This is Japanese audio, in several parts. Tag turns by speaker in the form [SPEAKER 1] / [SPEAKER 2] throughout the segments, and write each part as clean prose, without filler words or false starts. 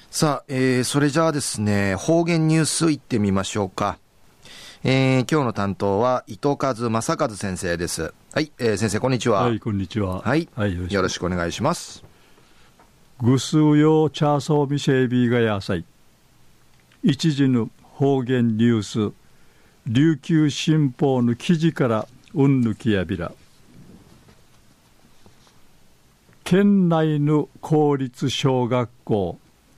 [SPEAKER 1] さあ、それじゃあですね、方言ニュースいってみましょうか。今日の担当は糸数正和先生です。はい、先生こんにちは。
[SPEAKER 2] はい、こんにちは。
[SPEAKER 1] はい、よろしくお願いします。
[SPEAKER 2] ぐすうよチャーソーミシェービーがやさい。一時の方言ニュース、琉球新報の記事からうんぬきやびら。県内の公立小学校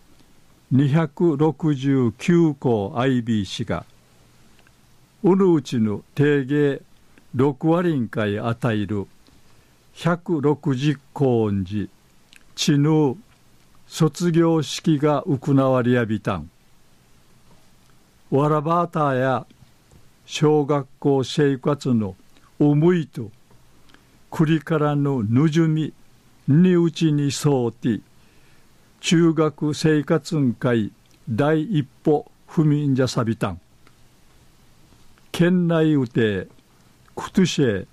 [SPEAKER 2] 269校 IB がうぬうちの定芸6割んかい与える160校んじちぬ卒業式が行われやびたん。わらばたや小学校生活の思いとくりからのぬじゅみにうちにそうて中学生活ん会第一歩踏みんじゃさびたん。県内うてくとし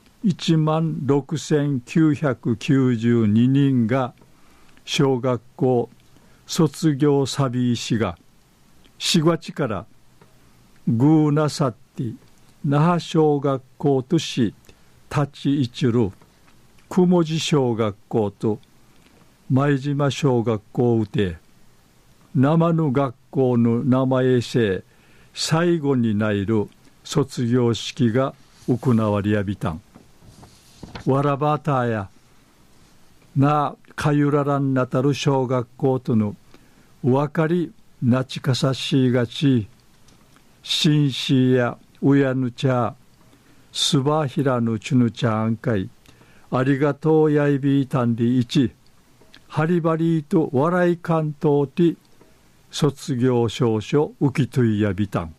[SPEAKER 2] 16,992人が小学校卒業サビーしが4月からぐーなさって那覇小学校とし立ち位置る雲地小学校と舞島小学校うて生の学校の名前せ最後にないる卒業式が行われやびたん。わらばたやなかゆららんなたる小学校とのわかりなちかさしがちしんしやうやぬちゃすばひらぬちぬちゃんかいありがとうやいびいたんりいちはりばりと笑い関東て卒業証書浮きといやびたん。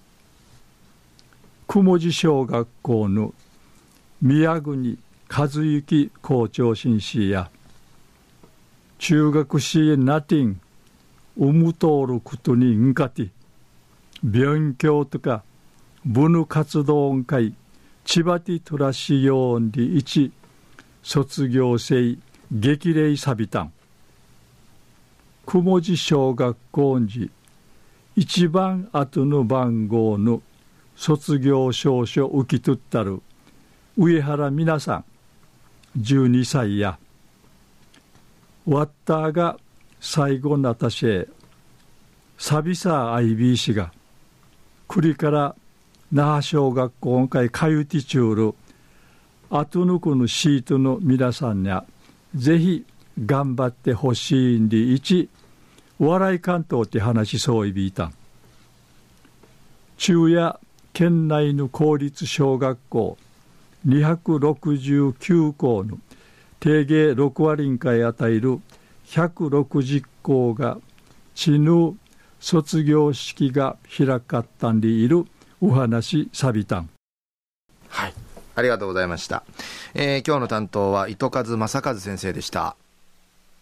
[SPEAKER 2] 雲地小学校の宮国和幸校長紳士や中学士なてんうむとることにんかて勉強とか部の活動会千葉ティトラシヨンリ一卒業生激励さびたん。雲地小学校に一番後の番号の卒業証書受け取ったる上原皆さん12歳やワッターが最後なたしサビサー IB 氏が栗から那覇小学校会かゆてちゅうる後のこのシートの皆さんにはぜひ頑張ってほしいんで一笑い関東って話そういびいたん。中夜県内の公立小学校269校の定芸6割んかい与える160校がちぬ卒業式が開かったんでいるお話さびたん。
[SPEAKER 1] はい、ありがとうございました。今日の担当は糸数正和先生でした。